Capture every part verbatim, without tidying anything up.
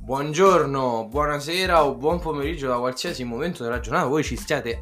Buongiorno, buonasera o buon pomeriggio da qualsiasi momento della giornata voi ci stiate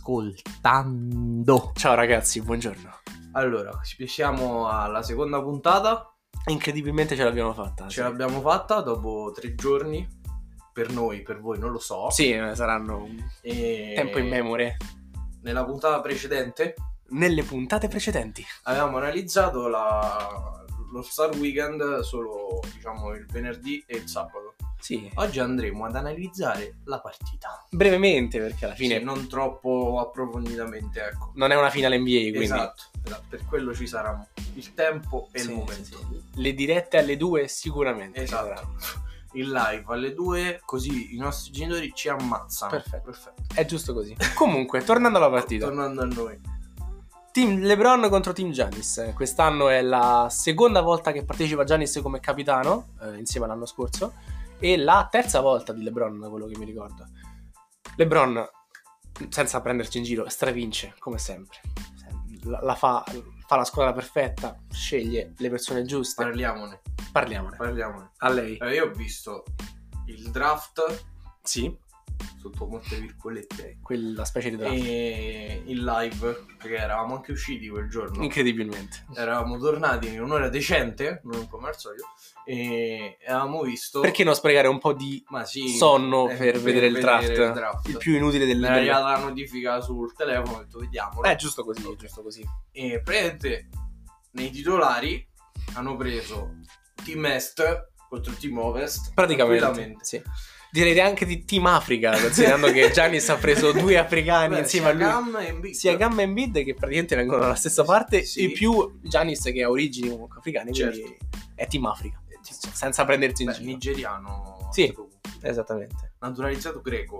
ascoltando. Ciao ragazzi, buongiorno. Allora, ci siamo alla seconda puntata. Incredibilmente ce l'abbiamo fatta. Ce sì. l'abbiamo fatta dopo tre giorni. Per noi, per voi non lo so. Sì, saranno un E... tempo in memoria. Nella puntata precedente Nelle puntate precedenti avevamo analizzato la... lo Star Weekend solo, diciamo, il venerdì e il sabato. Sì. Oggi andremo ad analizzare la partita. Brevemente, perché alla fine Sì, non troppo approfonditamente, ecco. non è una finale N B A, quindi Esatto, esatto, per quello ci sarà il tempo e sì, il momento. sì, sì. Le dirette alle due sicuramente. Esatto. Il live alle due, così i nostri genitori ci ammazzano. Perfetto. Perfetto. È giusto così. Comunque, tornando alla partita. Tornando a noi. Team LeBron contro Team Giannis. Quest'anno è la seconda volta che partecipa Giannis come capitano, eh, insieme all'anno scorso, e la terza volta di LeBron, da quello che mi ricordo. LeBron, senza prenderci in giro, stravince, come sempre. La, la fa, fa la squadra perfetta, sceglie le persone giuste. Parliamone. Parliamone. Parliamone. A lei. Eh, io ho visto il draft, Sì, sotto molte virgolette, quella specie di draft. e il live, perché eravamo anche usciti quel giorno. Incredibilmente. Eravamo tornati in un'ora decente, non come al solito, e avevamo visto... Perché non sprecare un po' di Ma sì, sonno eh, per, vedere, il, draft, il draft. Il più inutile del Mi è del- arrivata la notifica sul telefono, ho detto vediamolo. Eh, giusto così, giusto così. E praticamente nei titolari hanno preso Team Est contro Team Ovest. Praticamente, tranquillamente. sì. Direi anche di Team Africa, considerando che Giannis ha preso due africani Beh, insieme a lui. Gam e Embiid. Sia Gam e Embiid, che praticamente vengono dalla stessa parte, Sì. e più Giannis che ha origini comunque africane, Certo. quindi è Team Africa, senza prendersi in Beh, giro. nigeriano. Sì. a questo punto. Esattamente. Naturalizzato greco.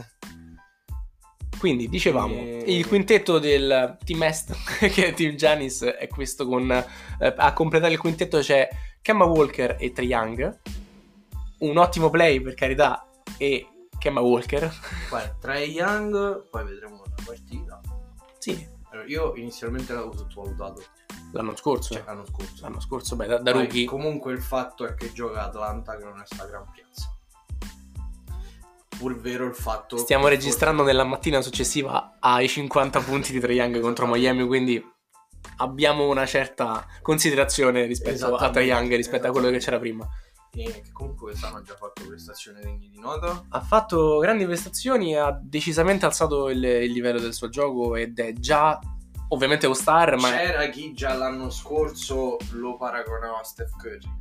Quindi dicevamo, E- il quintetto del Team Est, che è Team Giannis, è questo con... eh, a completare il quintetto c'è Kemba Walker e Trae Young, un ottimo play per carità, e Kemba Walker. Poi Trae Young, poi vedremo la partita. Sì, Allora, io inizialmente l'avevo sottovalutato, l'anno scorso. cioè l'anno scorso. L'anno scorso, beh, da, da Poi, rookie. comunque il fatto è che gioca Atlanta, che non è sta gran piazza. Pur vero il fatto Stiamo che registrando nella mattina successiva ai cinquanta punti di Trae Young contro Miami, quindi abbiamo una certa considerazione rispetto a Esattamente, Trae Young, rispetto a quello che c'era prima. E che comunque quest'anno ha già fatto prestazioni degne di nota. Ha fatto grandi prestazioni, ha decisamente alzato il, il livello del suo gioco ed è già ovviamente un star, ma C'era chi già l'anno scorso lo paragonava a Steph Curry.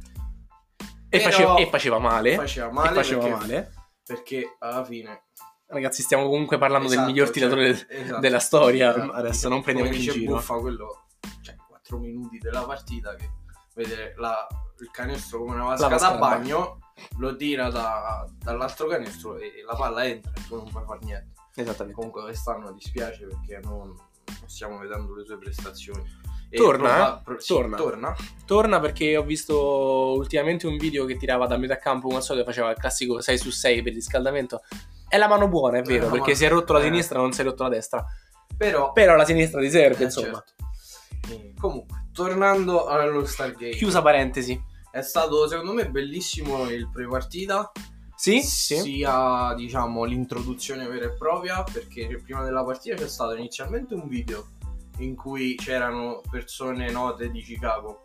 e, Però faceva, e faceva male. Faceva male, e faceva perché, male. perché alla fine... Ragazzi, stiamo comunque parlando Esatto, del miglior tiratore cioè, esatto, della storia. esatto. Adesso non Come prendiamoci in dice giro. Buffa, quello, cioè quattro minuti della partita, che vede la, il canestro come una vasca vasca da da bagno, lo tira da, dall'altro canestro e la palla entra e tu non puoi fare niente. Esattamente. Comunque quest'anno dispiace perché non, non stiamo vedendo le sue prestazioni. E Torna, proba- eh? pro- sì, Torna. torna. Torna perché ho visto ultimamente un video che tirava da metà campo, come al solito faceva il classico sei su sei per il riscaldamento. È la mano buona, è vero, la perché mano- si è rotto la eh. sinistra, non si è rotto la destra. Però, Però la sinistra ti serve, eh, insomma. certo. E comunque, tornando allo Stargate, Chiusa parentesi. è stato secondo me bellissimo il pre-partita. Sì? Sì. Sia, diciamo, l'introduzione vera e propria, perché prima della partita c'è stato inizialmente un video in cui c'erano persone note di Chicago,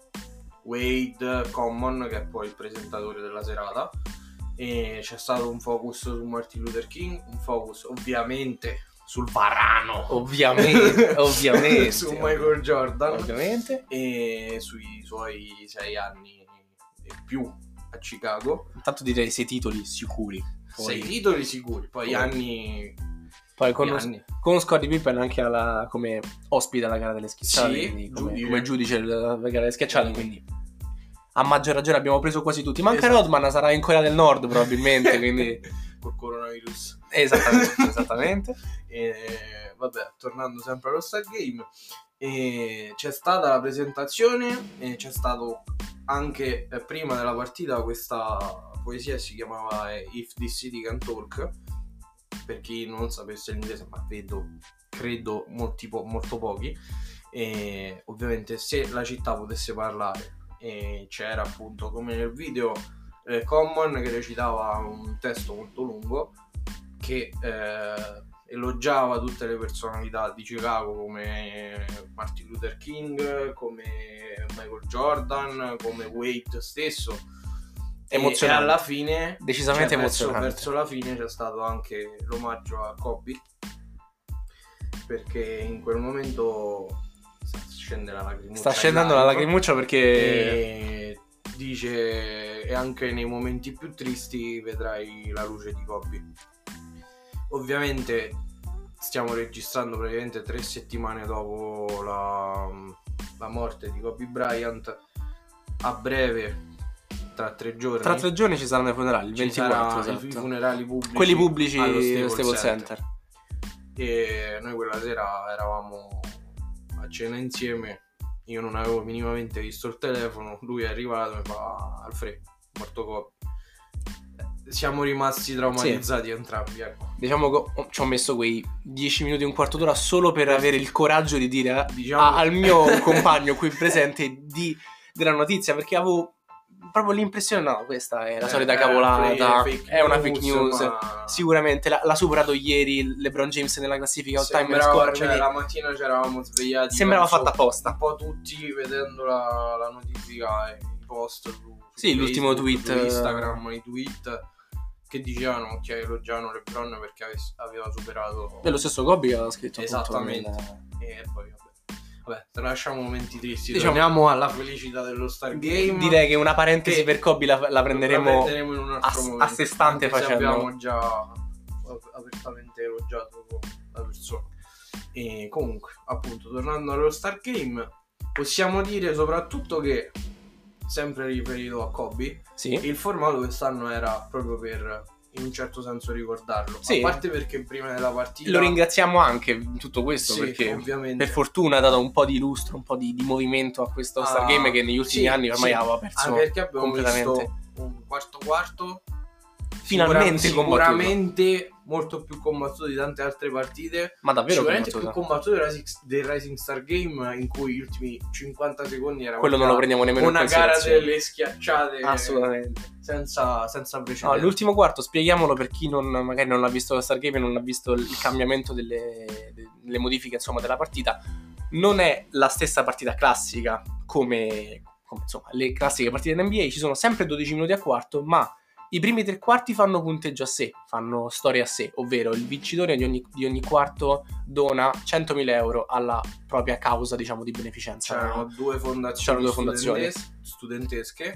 Wade Common, che è poi il presentatore della serata, e c'è stato un focus su Martin Luther King, un focus ovviamente sul varano, Ovviamente, ovviamente. su Michael Jordan, Ovviamente. e sui suoi sei anni e più a Chicago. Intanto direi sei titoli sicuri. Poi, Sei titoli sicuri, poi poi- anni, poi con, gli anni. con Scottie Pippen anche alla, come ospite alla gara delle schiacciate, Sì, quindi come, giudice. come giudice della gara delle schiacciate, Mm. quindi a maggior ragione abbiamo preso quasi tutti. Manca Esatto. Rodman, sarà in Corea del Nord probabilmente, quindi col coronavirus. esattamente, esattamente. E vabbè, tornando sempre allo Star Game, e c'è stata la presentazione e c'è stato anche eh, prima della partita questa poesia, si chiamava eh, If This City Can Talk, per chi non sapesse l'inglese, ma vedo, credo molti po- molto pochi, e ovviamente se la città potesse parlare, e c'era appunto come nel video eh, Common che recitava un testo molto lungo che eh, elogiava tutte le personalità di Chicago come Martin Luther King, come Michael Jordan, come Wade stesso. Emozionante. E alla fine, decisamente cioè, verso, emozionante. Verso la fine c'è stato anche l'omaggio a Kobe, perché in quel momento sta scende la lacrimuccia. Sta scendendo la lacrimuccia perché e dice e anche nei momenti più tristi vedrai la luce di Kobe. Ovviamente stiamo registrando praticamente tre settimane dopo la, la morte di Kobe Bryant. A breve, tra tre giorni tra tre giorni ci saranno i funerali, il ventiquattro, esatto. I funerali pubblici, quelli pubblici allo Staples, Staples Center. Center. E noi quella sera eravamo a cena insieme, io non avevo minimamente visto il telefono, lui è arrivato e mi fa: Alfred, morto Kobe. Siamo rimasti traumatizzati, sì, entrambi, ecco. Diciamo che ci ho messo quei dieci minuti, un quarto d'ora solo per avere il coraggio di dire diciamo... a, al mio compagno qui presente di, della notizia, perché avevo proprio l'impressione, no, questa è la eh, solita cavolata, è, è una fake news, ma... sicuramente l'ha, l'ha superato ieri LeBron James nella classifica all time score, cioè, la mattina ci eravamo svegliati, sembrava fatta apposta, un po' tutti vedendo la, la notifica e i post su, sì, su l'ultimo Facebook, tweet su Instagram, i tweet che dicevano che elogiavano LeBron perché aveva superato, e lo stesso Kobe che aveva scritto esattamente appunto, e poi vabbè Vabbè, tralasciamo momenti tristi, diciamo, torniamo alla felicità dello Star Game. Direi che una parentesi che per Kobe la, la, prenderemo, la prenderemo in un altro a, momento, a sé stante, facendo. Abbiamo già apertamente elogiato la persona. E comunque, appunto, tornando allo Star Game, possiamo dire soprattutto che, sempre riferito a Kobe, sì, il formato quest'anno era proprio per, in un certo senso, ricordarlo, sì, a parte perché prima della partita lo ringraziamo anche in tutto questo, sì, perché ovviamente, per fortuna ha dato un po' di lustro, un po' di, di movimento a questo ah, Star Game che negli ultimi sì, anni ormai sì, aveva perso anche perché abbiamo completamente visto un quarto quarto finalmente sicura, sicuramente molto più combattuto di tante altre partite, ma davvero sicuramente combattuto. più combattuto del Rising, del Rising Star Game, in cui gli ultimi cinquanta secondi era quello non lo prendiamo nemmeno una in gara delle schiacciate, assolutamente senza, senza precedenti. No, l'ultimo quarto, spieghiamolo per chi non, magari non ha visto lo Star Game e non ha visto il cambiamento delle, delle modifiche, insomma, della partita. Non è la stessa partita classica come, come insomma le classiche partite in N B A, ci sono sempre dodici minuti a quarto, ma i primi tre quarti fanno punteggio a sé, fanno storia a sé, ovvero il vincitore di ogni, di ogni quarto dona centomila euro alla propria causa, diciamo, di beneficenza. C'erano due fondazioni, C'erano due fondazioni. studentesche,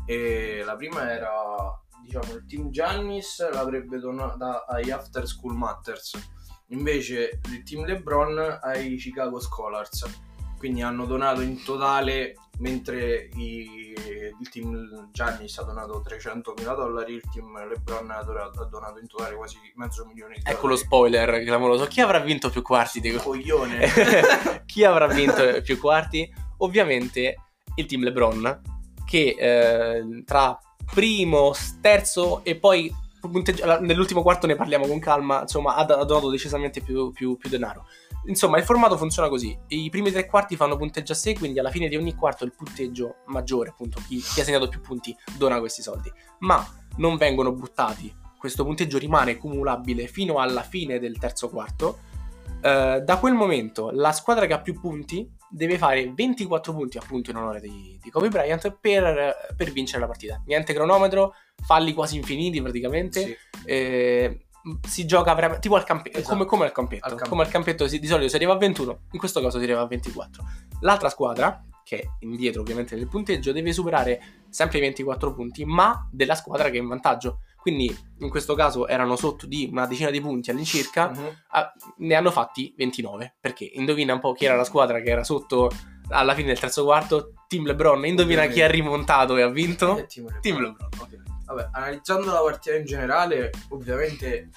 e la prima era, diciamo, il Team Giannis l'avrebbe donata ai After School Matters, invece il Team LeBron ai Chicago Scholars. Quindi hanno donato in totale, mentre i, il team Giannis ha donato trecentomila dollari, il team LeBron ha donato, ha donato in totale quasi mezzo milione di dollari. Ecco lo spoiler clamoroso. Chi avrà vinto più quarti? Di... Coglione. Chi avrà vinto più quarti? Ovviamente il team LeBron, che eh, tra primo, terzo e poi nell'ultimo quarto ne parliamo con calma, insomma, ha donato decisamente più, più, più denaro. Insomma, il formato funziona così: i primi tre quarti fanno punteggio a sé, quindi alla fine di ogni quarto il punteggio maggiore, appunto chi, chi ha segnato più punti dona questi soldi, ma non vengono buttati, questo punteggio rimane cumulabile fino alla fine del terzo quarto. Uh, da quel momento la squadra che ha più punti deve fare ventiquattro punti, appunto in onore di, di Kobe Bryant, per, per vincere la partita. Niente cronometro, falli quasi infiniti praticamente, sì. eh, si gioca veramente tipo al campetto, esatto. come, come al campetto, al campetto. Come al campetto si, di solito si arriva a ventuno, in questo caso si arriva a ventiquattro. L'altra squadra, che è indietro ovviamente nel punteggio, deve superare sempre i ventiquattro punti, ma della squadra che è in vantaggio. Quindi in questo caso erano sotto di una decina di punti all'incirca, uh-huh. a, ne hanno fatti ventinove, perché indovina un po' chi era la squadra che era sotto alla fine del terzo quarto? Team LeBron. Indovina ovviamente chi ha rimontato e ha vinto? Eh, Team LeBron, Team LeBron. Ovviamente. Vabbè, analizzando la partita in generale, ovviamente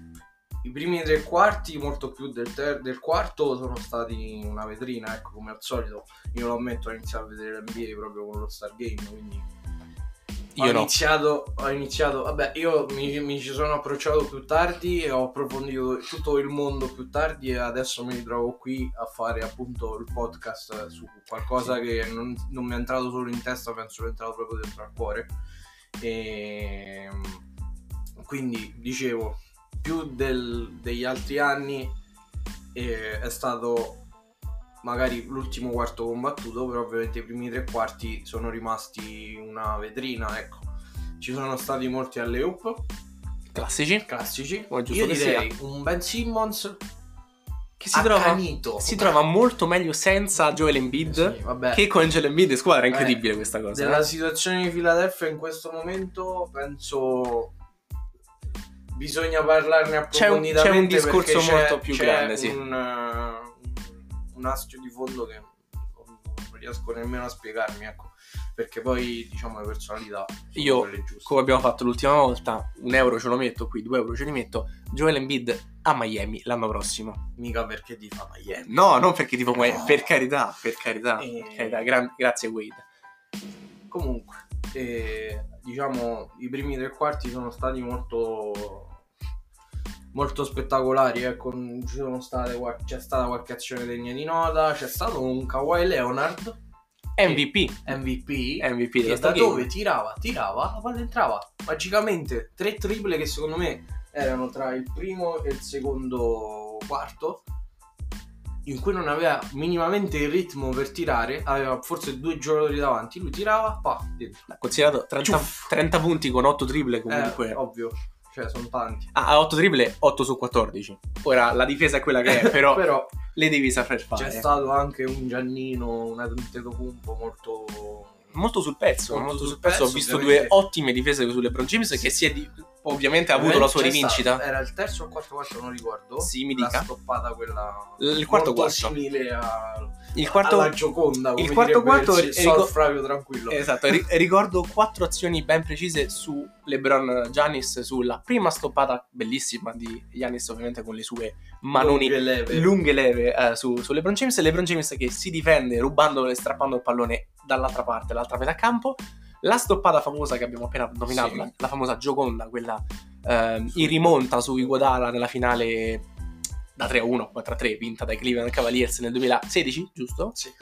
i primi tre quarti, molto più del, ter- del quarto, sono stati una vetrina, ecco, come al solito. Io lo ammetto, ho iniziato a vedere l'N B A proprio con lo Star Game, quindi Io ho, no. iniziato, ho iniziato, vabbè, io mi, mi ci sono approcciato più tardi e ho approfondito tutto il mondo più tardi, e adesso mi ritrovo qui a fare appunto il podcast su qualcosa sì. che non, non mi è entrato solo in testa, penso che è entrato proprio dentro al cuore. E quindi dicevo, più del, degli altri anni eh, è stato magari l'ultimo quarto combattuto, però ovviamente i primi tre quarti sono rimasti una vetrina, ecco. Ci sono stati molti alley-oop classici, classici. Come è giusto Io che direi sia. un Ben Simmons che si trova, accanito. si trova molto meglio senza Joel Embiid Sì, vabbè. che con Joel Embiid in squadra. È incredibile Eh, questa cosa. Della eh. situazione di Philadelphia in questo momento penso bisogna parlarne C'è un, approfonditamente. c'è un discorso perché molto c'è, più c'è grande, sì. un, uh, un astio di fondo che non, non riesco nemmeno a spiegarmi, ecco. Perché poi diciamo le personalità sono Io, quelle giuste. come abbiamo fatto l'ultima volta, un euro ce lo metto qui, due euro ce li metto. Joel Embiid a Miami l'anno prossimo. Mica perché ti fa Miami. No, non perché tipo Miami, No. per carità, per carità, E- per carità. Gran- grazie Wade. Comunque, eh, diciamo, i primi tre quarti sono stati molto molto spettacolari, ecco. Ci sono state, c'è stata qualche azione degna di nota, c'è stato un Kawhi Leonard M V P. M V P, M V P che dello da Stargame. dove tirava, tirava, la palla entrava magicamente. Tre triple che secondo me erano tra il primo e il secondo quarto, in cui non aveva minimamente il ritmo per tirare, aveva forse due giocatori davanti, lui tirava, pa, dentro. Considerato trenta, Ciuff. trenta punti con otto triple comunque. Eh, ovvio, cioè sono tanti. Ah, otto triple, otto su quattordici. Ora la difesa è quella che è, però, Però le devi saper fare. c'è stato anche un Giannino, un Antetokounmpo molto molto sul pezzo, Molto molto sul sul pezzo. pezzo, Ho visto ovviamente. due ottime difese su LeBron James, che si è di- ovviamente ha avuto la sua C'è rivincita. stato- era il terzo o il quarto quarto, non ricordo. Sì, mi la dica. stoppata quella Il quarto molto quarto. simile a, Il quarto, alla Gioconda, come il quarto direbbe quarto il e Sol rico- Flavio Tranquillo. esatto, ri- ricordo quattro azioni ben precise su LeBron Giannis, sulla prima stoppata bellissima di Giannis, ovviamente con le sue manoni Lunghe leve. lunghe leve eh, su, su LeBron James. E LeBron James che si difende rubando e strappando il pallone dall'altra parte, l'altra metà campo. La stoppata famosa che abbiamo appena nominato, Sì. la, la famosa Gioconda, quella eh, in rimonta su Iguodala nella finale da tre a uno, quattro a tre, vinta dai Cleveland Cavaliers nel duemilasedici, giusto? Sì.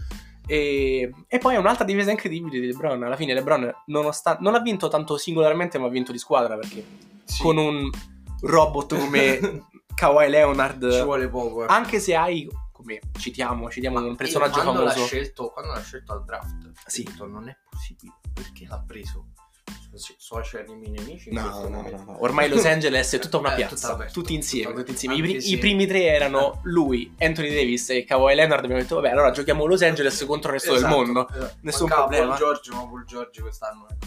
E, e poi è un'altra difesa incredibile di LeBron. Alla fine LeBron nonostante, non ha vinto tanto singolarmente, ma ha vinto di squadra, perché Sì. con un robot come Kawhi Leonard, ci vuole poco. eh. anche se hai, come citiamo, citiamo Ma un personaggio io quando famoso. l'ha scelto, quando l'ha scelto al draft, Sì. ho detto, non è possibile, perché l'ha preso? Sono suoi acerrimi nemici in No, questo no, momento. no, no. Ormai Los Angeles è tutta una Eh, piazza, tutta aperta, tutti insieme, tutta tutti insieme. I, aperta. pri- Anche i se- primi tre erano lui, Anthony Davis e Kawhi Leonard. Abbiamo detto, vabbè, allora giochiamo Los Angeles contro il resto Esatto, del mondo. esatto. Nessun Mancava problema. Paul George, ma Paul George quest'anno ecco.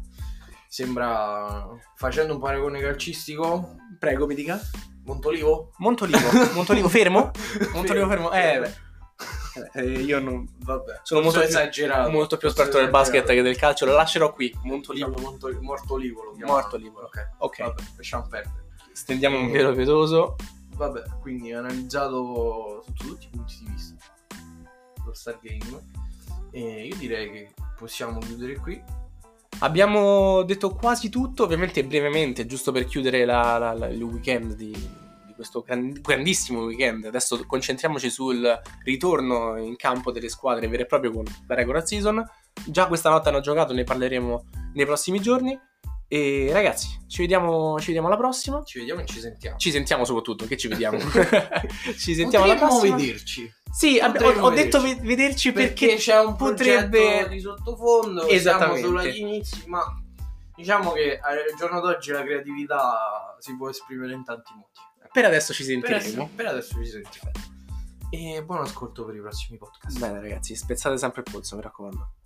Sembra, facendo un paragone calcistico, Prego, mi dica. Montolivo? Montolivo, Montolivo fermo? Montolivo fermo? Eh, beh. Eh, io non... Vabbè, Sono molto più- esagerato. molto più Forse esperto del basket esagerato. che del calcio. Lo lascerò qui. Montolivo. Diciamo Montolivo, Mortolivo lo chiamano. Mortolivo. Ok, Ok. vabbè, lasciamo perdere. Stendiamo un velo pietoso. Vabbè, quindi analizzato sotto tutti i punti di vista lo Stargame, e io direi che possiamo chiudere qui. Abbiamo detto quasi tutto, ovviamente brevemente, giusto per chiudere la- la- la- il weekend di, di questo gran- grandissimo weekend. Adesso concentriamoci sul ritorno in campo delle squadre vere e proprie con la regular season. Già questa notte hanno giocato, ne parleremo nei prossimi giorni. E ragazzi, ci vediamo, ci vediamo alla prossima. Ci vediamo e ci sentiamo. Ci sentiamo soprattutto, che ci vediamo. Ci sentiamo alla Potremmo prossima. vederci. Sì, ab- ho, Potremmo ho detto vederci. ve- vederci Perché, perché, c'è un potrebbe- progetto di sottofondo. Siamo Esattamente. solo agli inizi, ma diciamo che al giorno d'oggi la creatività si può esprimere in tanti modi. per adesso ci Per sentiremo. adesso, per adesso ci sentiamo. E buon ascolto per i prossimi podcast. Bene ragazzi, spezzate sempre il polso, mi raccomando.